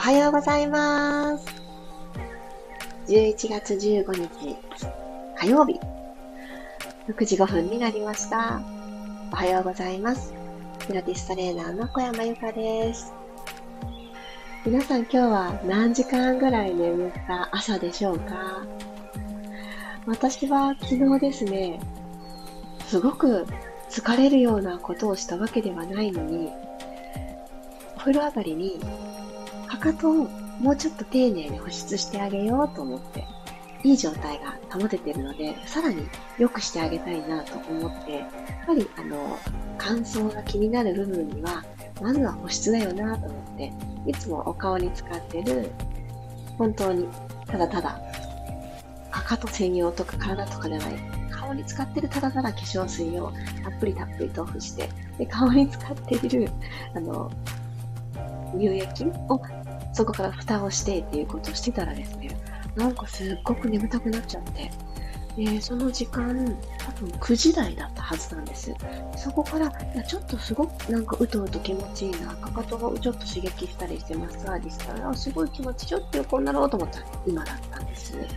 はようございます。11月15日火曜日、6時5分になりました。おはようございます。ピラティストレーナーの小山由かです。皆さん今日は何時間ぐらい眠った朝でしょうか？私は昨日ですね、すごく疲れるようなことをしたわけではないのに、お風呂上がりにかかとをもうちょっと丁寧に保湿してあげようと思って、いい状態が保てているので、さらに良くしてあげたいなと思って、やっぱり乾燥が気になる部分には、まずは保湿だよなと思って、いつもお顔に使ってる、本当にただただ、かかと専用とか体とかじゃない、顔に使ってるただただ化粧水をたっぷりとオフして、で顔に使っている、乳液をそこから蓋をしてっていうことをしてたらですね、なんかすっごく眠たくなっちゃって、で、その時間、多分9時台だったはずなんです。そこから、ちょっとすごくなんかうとうと気持ちいいな、かかとをちょっと刺激したりしてマッサージしたら、すごい気持ちよって横になろうと思ったら、今だったんですね。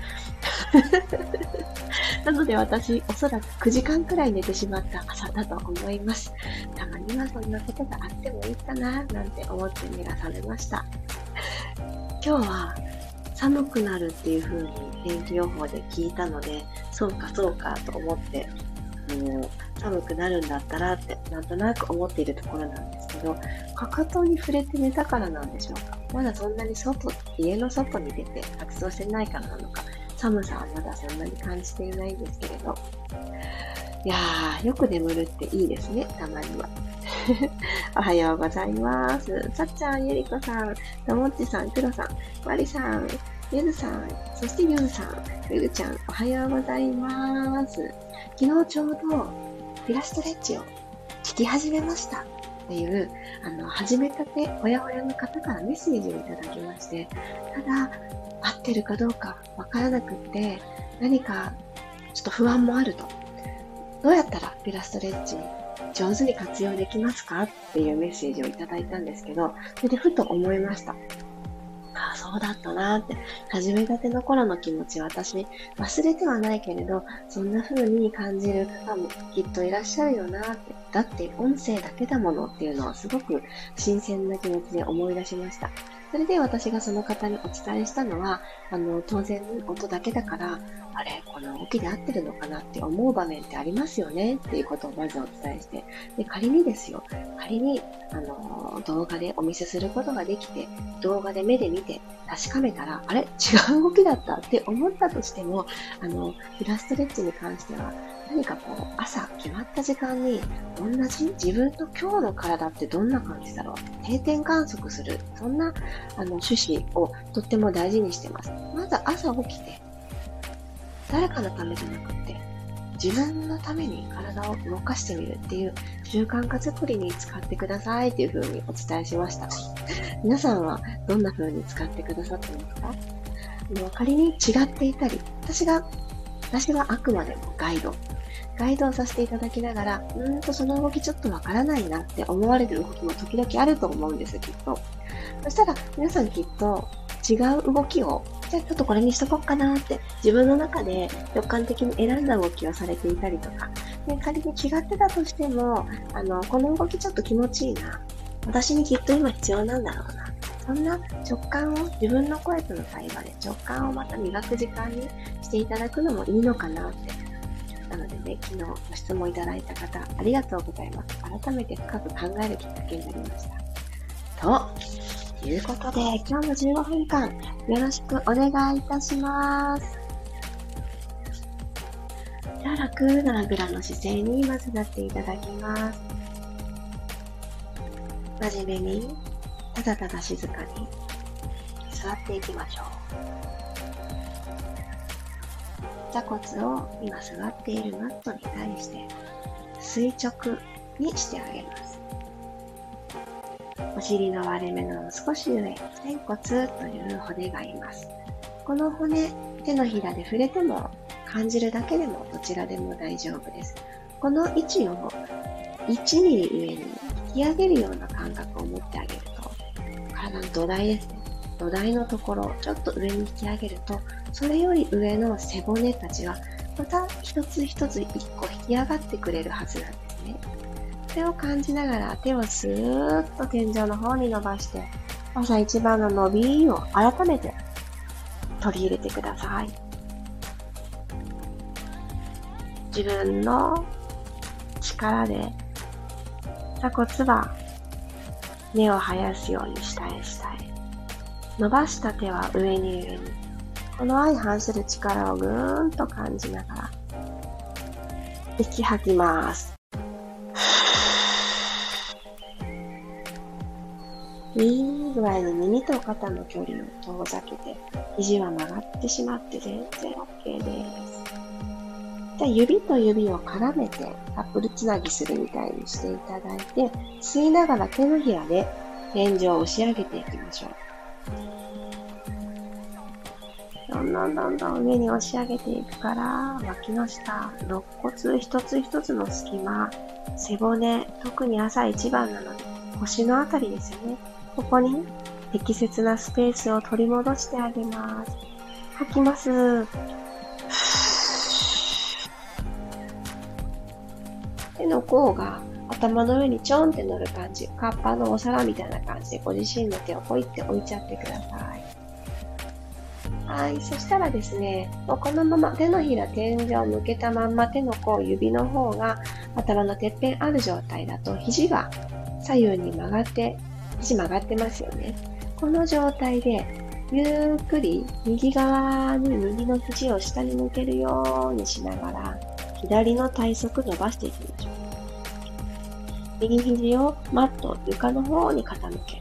なので私、おそらく9時間くらい寝てしまった朝だと思います。たまにはそんなことがあってもいいかな、なんて思って目が覚めました。今日は寒くなるっていう風に天気予報で聞いたので、そうかそうかと思って、もう寒くなるんだったらってなんとなく思っているところなんですけど、かかとに触れて寝たからなんでしょうか。まだそんなに家の外に出て活動してないからなのか、寒さはまだそんなに感じていないんですけれど。いやー、よく眠るっていいですね、たまには。おはようございます。さっちゃん、ゆりこさん、ともっちさん、くろさん、まりさん、ゆずさん、そしてゆずさん、ふぐちゃん、おはようございます。昨日ちょうどピラストレッチを聞き始めましたっていう、始めたてほやほやの方からメッセージをいただきまして、ただ、合ってるかどうかわからなくって、何かちょっと不安もあると。どうやったらピラストレッチ上手に活用できますかっていうメッセージをいただいたんですけど、それでふと思いました。ああ、そうだったなーって。始めたての頃の気持ち、私、忘れてはないけれど、そんな風に感じる方もきっといらっしゃるよなーって。だって音声だけだものっていうのはすごく新鮮な気持ちで思い出しました。それで私がその方にお伝えしたのは、当然音だけだから、あれ、この動きで合ってるのかなって思う場面ってありますよねっていうことをまずお伝えして、で、仮にですよ、仮に、動画でお見せすることができて、動画で目で見て確かめたら、あれ違う動きだったって思ったとしても、ピラストレッチに関しては、何かこう、朝決まった時間に、同じ自分の今日の体ってどんな感じだろう、定点観測する、そんな、趣旨をとっても大事にしてます。まず朝起きて、誰かのためじゃなくって、自分のために体を動かしてみるっていう習慣化作りに使ってくださいっていう風にお伝えしました。皆さんはどんな風に使ってくださってますか？仮に違っていたり、私はあくまでもガイドをさせていただきながら、その動きちょっとわからないなって思われる動きも時々あると思うんです、きっと。そしたら皆さんきっと違う動きを、じゃあちょっとこれにしとこうかなって自分の中で直感的に選んだ動きをされていたりとか、で仮に違ってたとしても、この動きちょっと気持ちいいな。私にきっと今必要なんだろうな。そんな直感を、自分の声との対話で直感をまた磨く時間にしていただくのもいいのかなって。なのでね、昨日ご質問いただいた方、ありがとうございます。改めて深く考えるきっかけになりました。ということで、今日の15分間、よろしくお願いいたします。じゃあ楽なあぐらの姿勢にまずなっていただきます。真面目に、ただただ静かに座っていきましょう。座骨を今座っているマットに対して垂直にしてあげます。お尻の割れ目の少し上、仙骨という骨がいます。この骨、手のひらで触れても感じるだけでもどちらでも大丈夫です。この位置を1ミリ上に引き上げるような感覚を持ってあげると、体の土台ですね。 土台のところをちょっと上に引き上げると、それより上の背骨たちはまた一つ一つ一個引き上がってくれるはずなんですね。それを感じながら手をスーッと天井の方に伸ばして、朝一番の伸びを改めて取り入れてください。自分の力で鎖骨は根を生やすように下へ下へ。伸ばした手は上に上に。この相反する力をぐーんと感じながら息吐きます。いい具合に耳と肩の距離を遠ざけて、肘は曲がってしまって全然 OK です。じゃあ指と指を絡めてカップルつなぎするみたいにしていただいて、吸いながら手のひらで天井を押し上げていきましょう。どんどん上に押し上げていくから、脇の下、肋骨一つ一つの隙間、背骨、特に朝一番なので腰のあたりですよね。ここに適切なスペースを取り戻してあげます。吐きます。手の甲が頭の上にちょんって乗る感じ。カッパのお皿みたいな感じでご自身の手をポイって置いちゃってください。はい。そしたらですね、もうこのまま手のひら天井を向けたまんま手の甲、指の方が頭のてっぺんある状態だと肘が左右に曲がって、肘曲がってますよね。この状態でゆっくり右側に右の肘を下に向けるようにしながら左の体側伸ばしていきましょう。右肘をマット、床の方に傾ける。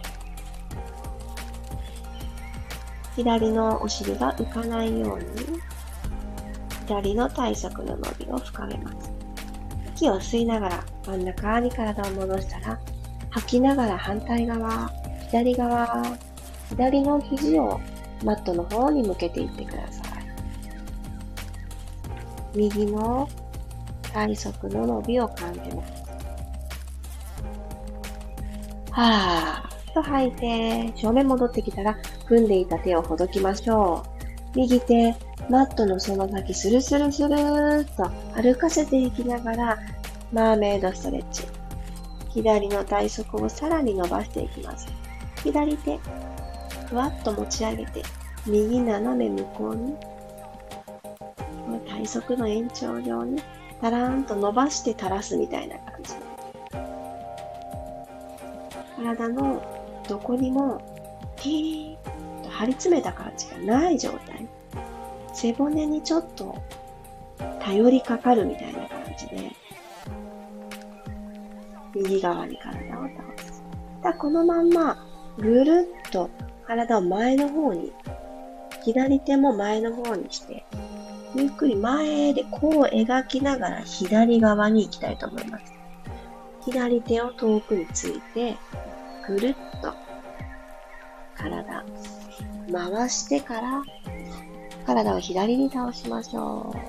左のお尻が浮かないように左の体側の伸びを深めます。息を吸いながら真ん中に体を戻したら、吐きながら反対側、左側、左の肘をマットの方に向けていってください。右の体側の伸びを感じます。はーっと吐いて、正面戻ってきたら、組んでいた手をほどきましょう。右手、マットのその先スルスルスルーっと歩かせていきながら、マーメイドストレッチ。左の体側をさらに伸ばしていきます。左手、ふわっと持ち上げて、右斜め向こうに、体側の延長上に、たらーんと伸ばして垂らすみたいな感じで。体のどこにも、ピーッと張り詰めた感じがない状態。背骨にちょっと頼りかかるみたいな感じで、右側に体を倒す。このまんま、ぐるっと体を前の方に、左手も前の方にして、ゆっくり前でこう描きながら左側に行きたいと思います。左手を遠くについて、ぐるっと体、回してから、体を左に倒しましょう。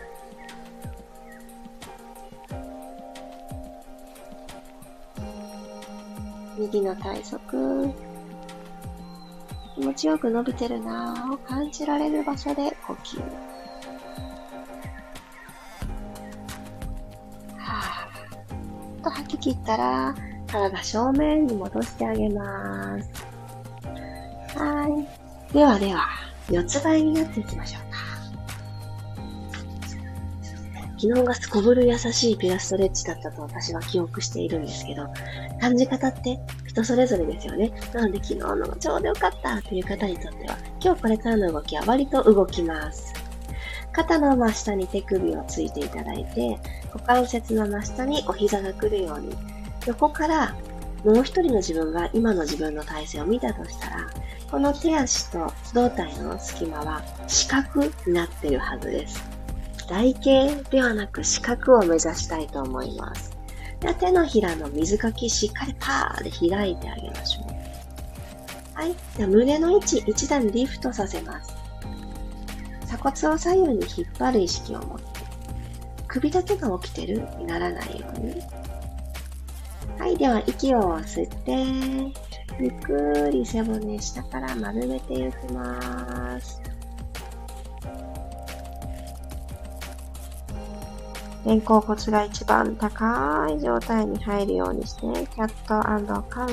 右の体側、気持ちよく伸びてるなぁを感じられる場所で呼吸。はぁと吐き切ったら、体正面に戻してあげます。はい。では、四つ倍になっていきましょうか。昨日がすこぶる優しいピラストレッチだったと私は記憶しているんですけど、感じ方って人それぞれですよね。なので昨日のがちょうどよかったという方にとっては、今日これからの動きは割と動きます。肩の真下に手首をついていただいて、股関節の真下にお膝が来るように、横からもう一人の自分が今の自分の体勢を見たとしたら、この手足と胴体の隙間は四角になっているはずです。台形ではなく四角を目指したいと思います。では手のひらの水かきしっかりパーで開いてあげましょう。はい。では胸の位置一段リフトさせます。鎖骨を左右に引っ張る意識を持って、首だけが起きてるにならないように。はい。では息を吸って、 ゆっくり背骨下から丸めていきます。肩甲骨が一番高い状態に入るようにして、キャット&カウ。はい。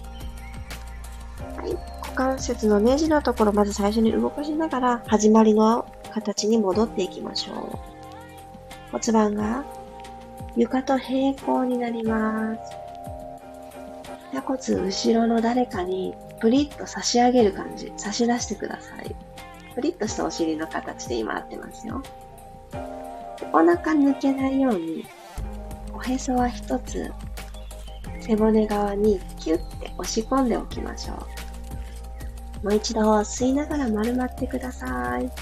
股関節のネジのところ、まず最初に動かしながら、始まりの形に戻っていきましょう。骨盤が床と平行になります。座骨後ろの誰かにプリッと差し上げる感じ、差し出してください。プリッとしたお尻の形で今合ってますよ。お腹抜けないように、おへそは一つ背骨側にキュッて押し込んでおきましょう。もう一度吸いながら丸まってください。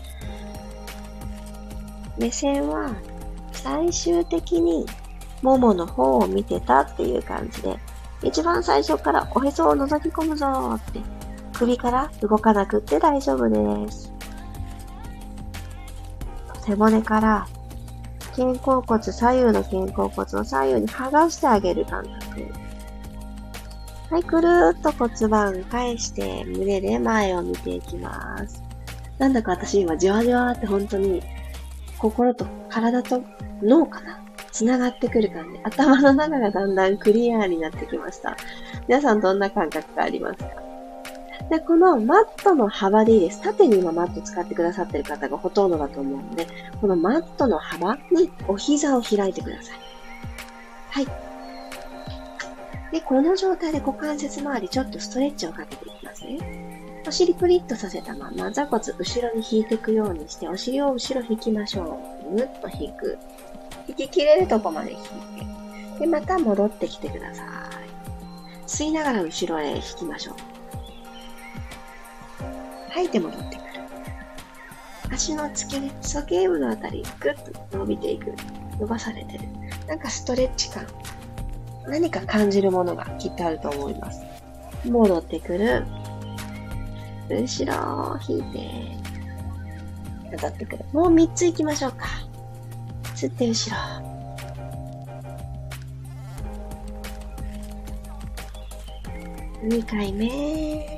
目線は最終的にももの方を見てたっていう感じで、一番最初からおへそを覗き込むぞーって、首から動かなくって大丈夫です。背骨から肩甲骨、左右の肩甲骨を左右に剥がしてあげる感覚。はい、くるーっと骨盤返して胸で前を見ていきます。なんだか私今じわじわって本当に心と体と脳かな繋がってくる感じ。頭の中がだんだんクリアになってきました。皆さんどんな感覚がありますか？で、このマットの幅でいいです。縦に今マット使ってくださっている方がほとんどだと思うので、このマットの幅にお膝を開いてください。はい。で、この状態で股関節周りちょっとストレッチをかけていきますね。お尻プリッとさせたまま座骨後ろに引いていくようにして、お尻を後ろ引きましょう。ぐっと引く。引き切れるとこまで引いて。で、また戻ってきてください。吸いながら後ろへ引きましょう。吐いて戻ってくる。足の付け根、鼠径部のあたり、ぐっと伸びていく。伸ばされてる。なんかストレッチ感。何か感じるものがきっとあると思います。戻ってくる。後ろを引いて、戻ってくる。もう3つ行きましょうか。吸って後ろ。2回目。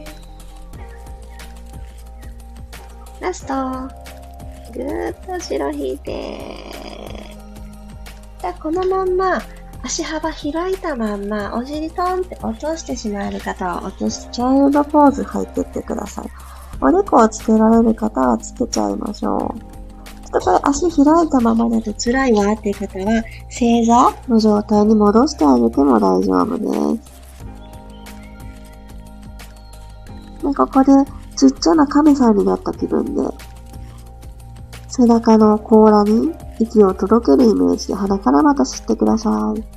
ラスト。ぐーっと後ろ引いて。じゃあこのまんま、足幅開いたまんま、お尻トンって落としてしまえる方は落として、チャイルドポーズ入ってってください。おでこをつけられる方はつけちゃいましょう。ちょっとこれ足開いたままだと辛いわっていう方は、正座の状態に戻してあげても大丈夫です。で、ここでちっちゃな亀さんになった気分で、背中の甲羅に息を届けるイメージで鼻からまた吸ってください。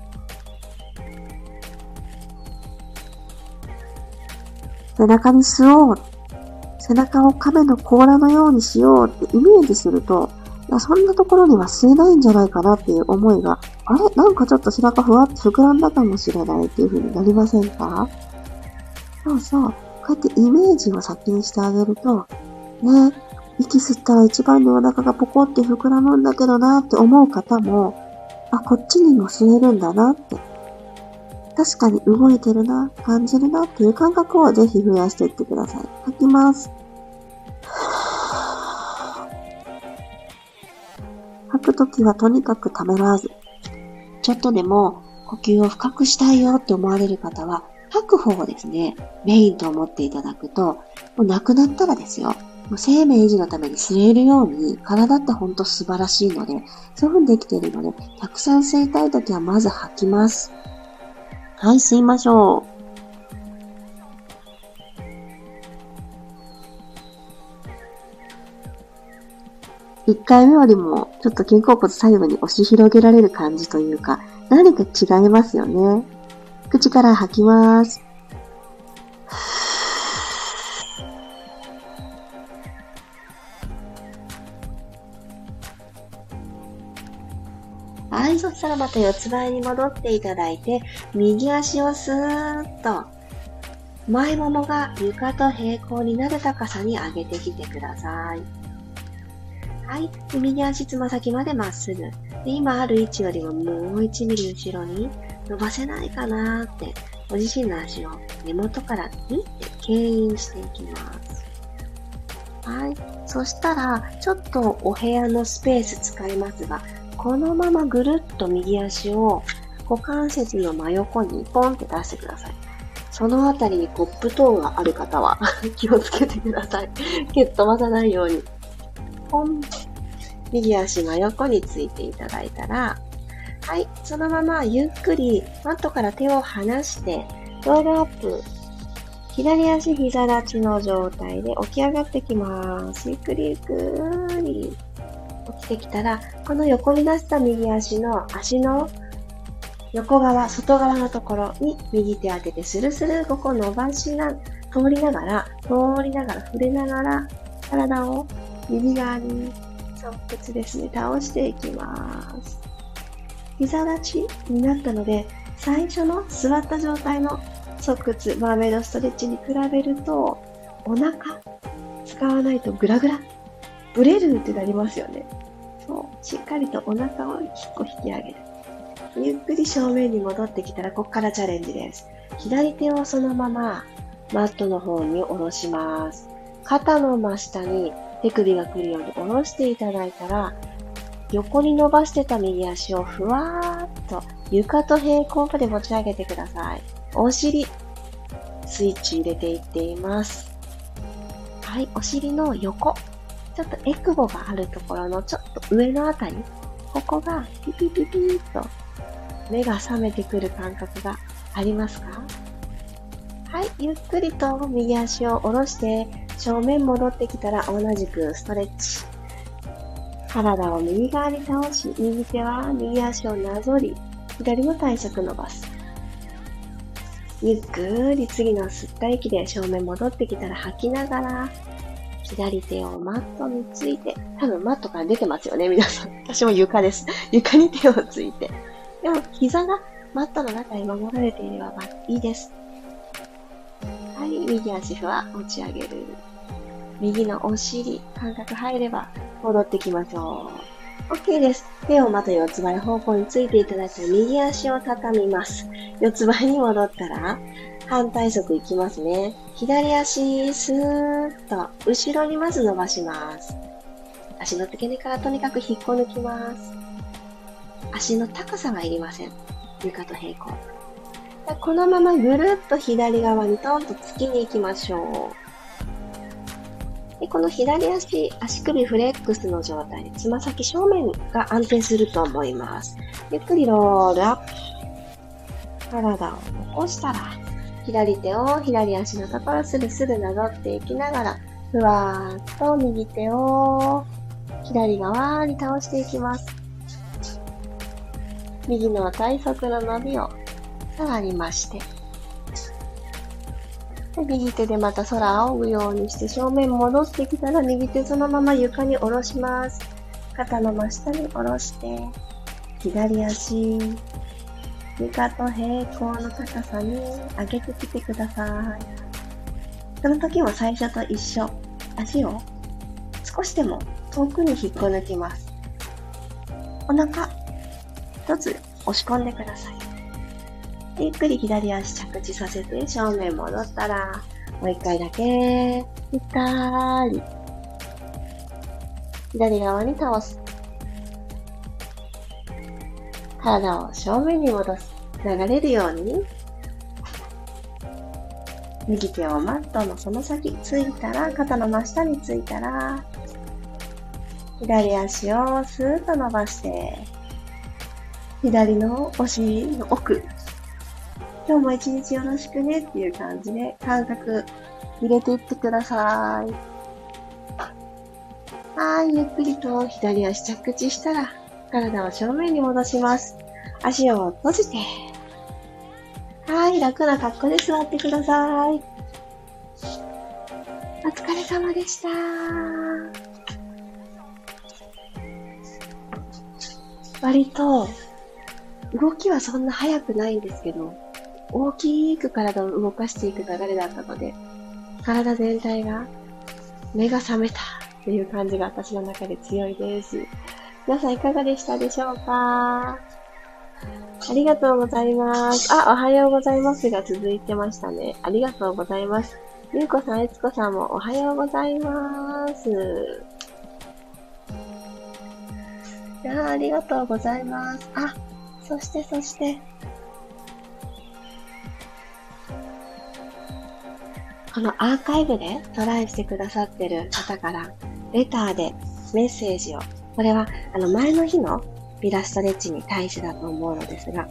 背中に吸おう。背中を亀の甲羅のようにしようってイメージすると、いや、そんなところには吸えないんじゃないかなっていう思いが、あれ？なんかちょっと背中ふわっと膨らんだかもしれないっていう風になりませんか？そうそう。こうやってイメージを先にしてあげると、ね、息吸ったら一番にお腹がポコって膨らむんだけどなって思う方も、あ、こっちにも吸えるんだなって。確かに動いてるな、感じるなっていう感覚をぜひ増やしていってください。吐きます。吐くときはとにかくためらわず。ちょっとでも呼吸を深くしたいよって思われる方は、吐く方をですね、メインと思っていただくと、もうなくなったらですよ。もう生命維持のために吸えるように、体ってほんと素晴らしいので、そういう風にできているので、たくさん吸いたいときはまず吐きます。はい、吸いましょう。1回目よりも、ちょっと肩甲骨左右に押し広げられる感じというか、何か違いますよね。口から吐きます。はい、そしたらまた四つ倍に戻っていただいて、右足をスーッと前ももが床と平行になる高さに上げてきてください。はい、で右足つま先までまっすぐ。で今ある位置よりももう1ミリ後ろに伸ばせないかなってご自身の足を根元からグッて牽引していきます。はい。そしたら、ちょっとお部屋のスペース使いますが、このままぐるっと右足を股関節の真横にポンって出してください。そのあたりにトップトーンがある方は気をつけてください。蹴っ飛ばさないように。ポン。右足真横についていただいたら、はい。そのままゆっくりマットから手を離して、ロールアップ。左足膝立ちの状態で起き上がってきます。ゆっくりゆっくり起きてきたら、この横に出した右足の横側、外側のところに右手当ててスルスルここ伸ばしな、通りながら、触れながら、体を右側に側屈ですね、倒していきます。膝立ちになったので、最初の座った状態の側屈、バーベルストレッチに比べると、お腹使わないとグラグラ、ブレるってなりますよね。そう、しっかりとお腹を一個引き上げる。ゆっくり正面に戻ってきたら、ここからチャレンジです。左手をそのままマットの方に下ろします。肩の真下に手首が来るように下ろしていただいたら、横に伸ばしてた右足をふわーっと床と平行まで持ち上げてください。お尻、スイッチ入れていっています。はい、お尻の横、ちょっとエクボがあるところのちょっと上のあたり、ここがピピピピーっと目が覚めてくる感覚がありますか？はい、ゆっくりと右足を下ろして正面戻ってきたら同じくストレッチ。体を右側に倒し、右手は右足をなぞり、左の体側伸ばす。ゆっくり次の吸った息で正面戻ってきたら吐きながら、左手をマットについて、多分マットから出てますよね、皆さん。私も床です。床に手をついて。でも膝がマットの中に守られていればいいです。はい、右足は持ち上げる。右のお尻、感覚入れば戻ってきましょう。OK です。手をまた四つ倍方向についていただいたら右足を畳みます。四つ倍に戻ったら反対側いきますね。左足、スーッと後ろにまず伸ばします。足の付け根からとにかく引っこ抜きます。足の高さはいりません。床と平行。このままぐるっと左側にトンと突きに行きましょう。でこの左足、足首フレックスの状態でつま先正面が安定すると思います。ゆっくりロールアップ。体を起こしたら、左手を左足のところスルスルなぞっていきながら、ふわーっと右手を左側に倒していきます。右の体側の伸びを触りまして、で右手でまた空を追うようにして正面戻ってきたら右手そのまま床に下ろします。肩の真下に下ろして、左足、床と平行の高さに上げてきてください。その時も最初と一緒。足を少しでも遠くに引っこ抜きます。お腹、一つ押し込んでください。ゆっくり左足着地させて正面戻ったら、もう一回だけ、ゆったり。左側に倒す。体を正面に戻す。流れるように。右手をマットのその先ついたら、肩の真下についたら、左足をスーッと伸ばして、左のお尻の奥。今日も一日よろしくねっていう感じで感覚入れていってください。はい、ゆっくりと左足着地したら体を正面に戻します。足を閉じて。はい、楽な格好で座ってください。お疲れ様でした。割と動きはそんな速くないんですけど、大きく体を動かしていく流れだったので、体全体が目が覚めたっていう感じが私の中で強いです。皆さんいかがでしたでしょうか？ ありがとうございます。あ、おはようございますが続いてましたね。ありがとうございます。ゆうこさん、えつこさんもおはようございます。ありがとうございます。あ、そして、このアーカイブでトライしてくださってる方から、レターでメッセージを、これは前の日のピラストレッチに対してだと思うのですが、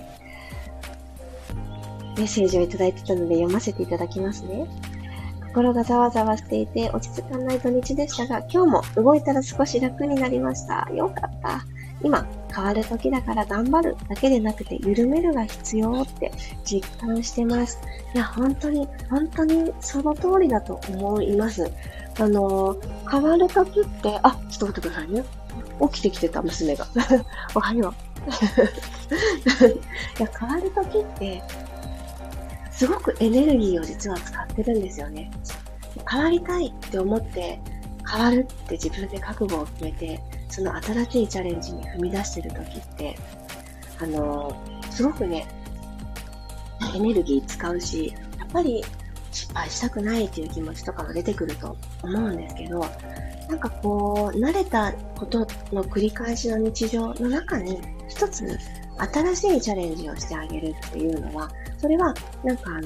メッセージをいただいてたので読ませていただきますね。心がざわざわしていて落ち着かない土日でしたが、今日も動いたら少し楽になりました。よかった。今、変わる時だから頑張るだけでなくて緩めるが必要って実感してます。いや、本当にその通りだと思います。変わる時って、ちょっと待ってくださいね。起きてきてた娘が。おはよう。いや、変わる時って、すごくエネルギーを実は使ってるんですよね。変わりたいって思って、変わるって自分で覚悟を決めて、その新しいチャレンジに踏み出してる時って、すごくね、エネルギー使うし、やっぱり失敗したくないっていう気持ちとかも出てくると思うんですけど、なんかこう、慣れたことの繰り返しの日常の中に、一つ新しいチャレンジをしてあげるっていうのは、それは、なんか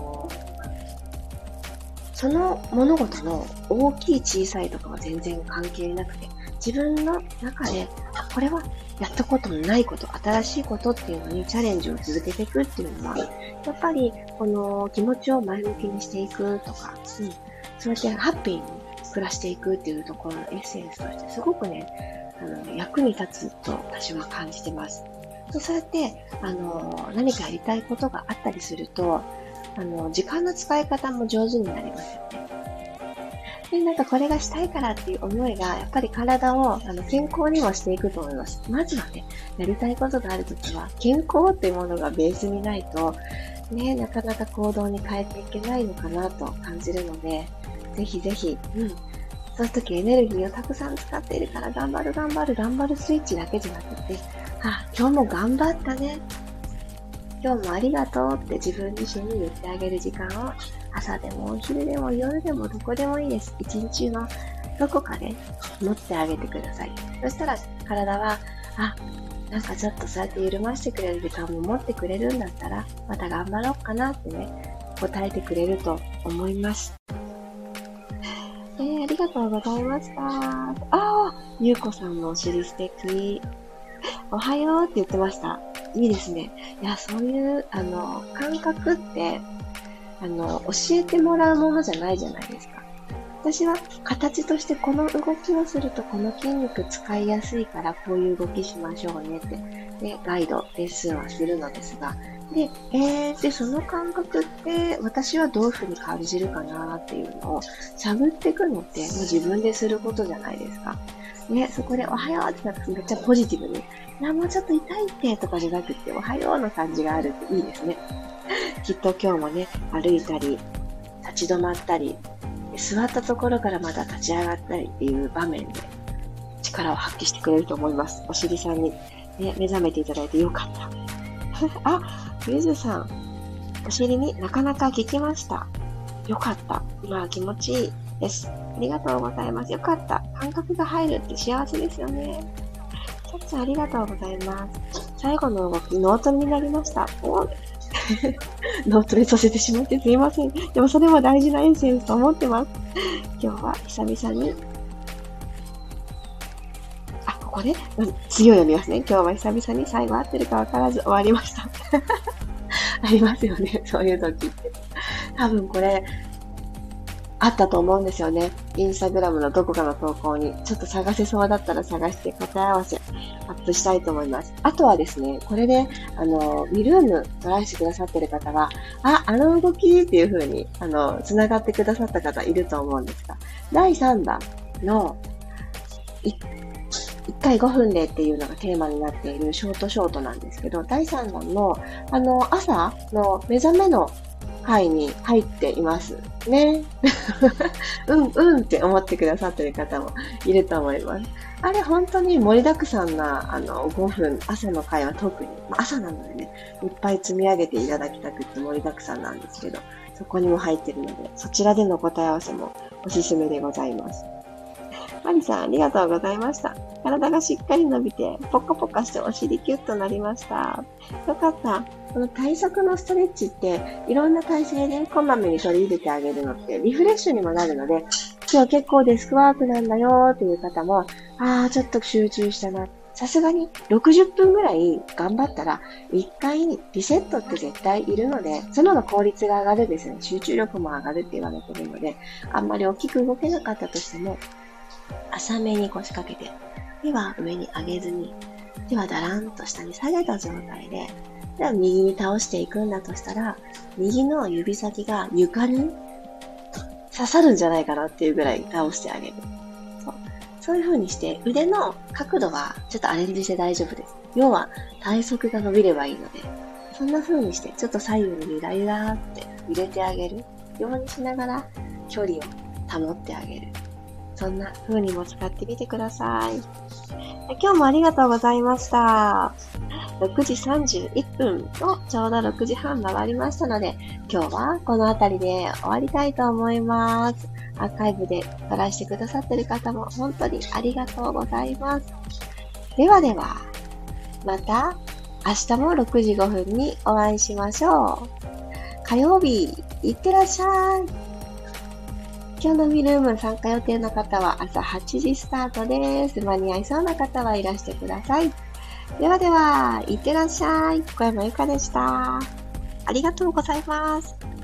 その物事の大きい小さいとかは全然関係なくて、自分の中で、これはやったことのないこと、新しいことっていうのにチャレンジを続けていくっていうのは、やっぱり、この気持ちを前向きにしていくとか、そうやってハッピーに暮らしていくっていうところのエッセンスとして、すごくね、役に立つと私は感じてます。そうやって、何かやりたいことがあったりすると、時間の使い方も上手になりますよね。で、なんかこれがしたいからっていう思いが、やっぱり体を健康にもしていくと思います。まずはね、やりたいことがあるときは、健康っていうものがベースにないと、ね、なかなか行動に変えていけないのかなと感じるので、ぜひぜひ、その時エネルギーをたくさん使っているから頑張るスイッチだけじゃなくて、今日も頑張ったね。今日もありがとうって自分自身に言ってあげる時間を朝でもお昼でも夜でもどこでもいいです。一日のどこかで持ってあげてください。そしたら体は、なんかちょっとそうやって緩ませてくれる時間も持ってくれるんだったら、また頑張ろうかなってね、答えてくれると思います。ありがとうございました。ゆうこさんのお尻素敵。おはようって言ってました。いいですね。いや、そういう、感覚って、教えてもらうものじゃないじゃないですか。私は形としてこの動きをするとこの筋肉使いやすいからこういう動きしましょうねって、で、ガイド、レッスンはするのですが、で、その感覚って私はどういうふうに感じるかなっていうのを探っていくのってもう自分ですることじゃないですか。ね、そこでおはようってなってめっちゃポジティブに、もうちょっと痛いってとかじゃなくて、おはようの感じがあるっていいですね。きっと今日もね、歩いたり、立ち止まったり、座ったところからまた立ち上がったりっていう場面で力を発揮してくれると思います。お尻さんに、ね、目覚めていただいてよかった。ゆずさん、お尻になかなか効きました。よかった。今気持ちいいです。ありがとうございます。よかった。感覚が入るって幸せですよね。さっちゃんありがとうございます。最後の動き、ノートになりました。ノートにさせてしまってすいません。でもそれも大事なエッセンスと思ってます。今日は久々に、ここで、次を読みますね。今日は久々に最後合ってるかわからず終わりました。ありますよね。そういう時って。多分これ、あったと思うんですよね。インスタグラムのどこかの投稿に、ちょっと探せそうだったら探して答え合わせ、アップしたいと思います。あとはですね、これで、ミルームトライしてくださってる方は、あの動きっていう風に、繋がってくださった方いると思うんですが、第3弾の1回5分でっていうのがテーマになっているショートなんですけど、第3弾の、朝の目覚めの回に入っていますね。うんって思ってくださってる方もいると思います。あれ本当に盛りだくさんな5分、朝の回は特に、朝なのでね、いっぱい積み上げていただきたくって盛りだくさんなんですけど、そこにも入ってるので、そちらでの答え合わせもおすすめでございます。マリさん、ありがとうございました。体がしっかり伸びて、ポカポカしてお尻キュッとなりました。よかった。この体側のストレッチって、いろんな体勢でこまめに取り入れてあげるのって、リフレッシュにもなるので、今日結構デスクワークなんだよーっていう方も、ちょっと集中したな。さすがに60分ぐらい頑張ったら、一回リセットって絶対いるので、その効率が上がるですね。集中力も上がるって言われてるので、あんまり大きく動けなかったとしても、浅めに腰掛けて、手は上に上げずに、手はだらんと下に下げた状態で、では右に倒していくんだとしたら、右の指先が床に刺さるんじゃないかなっていうぐらい倒してあげる。そういう風にして腕の角度はちょっとアレンジして大丈夫です。要は体側が伸びればいいので、そんな風にしてちょっと左右にゆらゆらって揺れてあげるようにしながら距離を保ってあげる。そんな風にも使ってみてください。今日もありがとうございました。6時31分とちょうど6時半回りましたので、今日はこの辺りで終わりたいと思います。アーカイブでトライしてくださっている方も本当にありがとうございます。ではでは、また明日も6時5分にお会いしましょう。火曜日、いってらっしゃい。今日のミルーム参加予定の方は朝8時スタートです。間に合いそうな方はいらしてください。ではでは、いってらっしゃい。小山由かでした。ありがとうございます。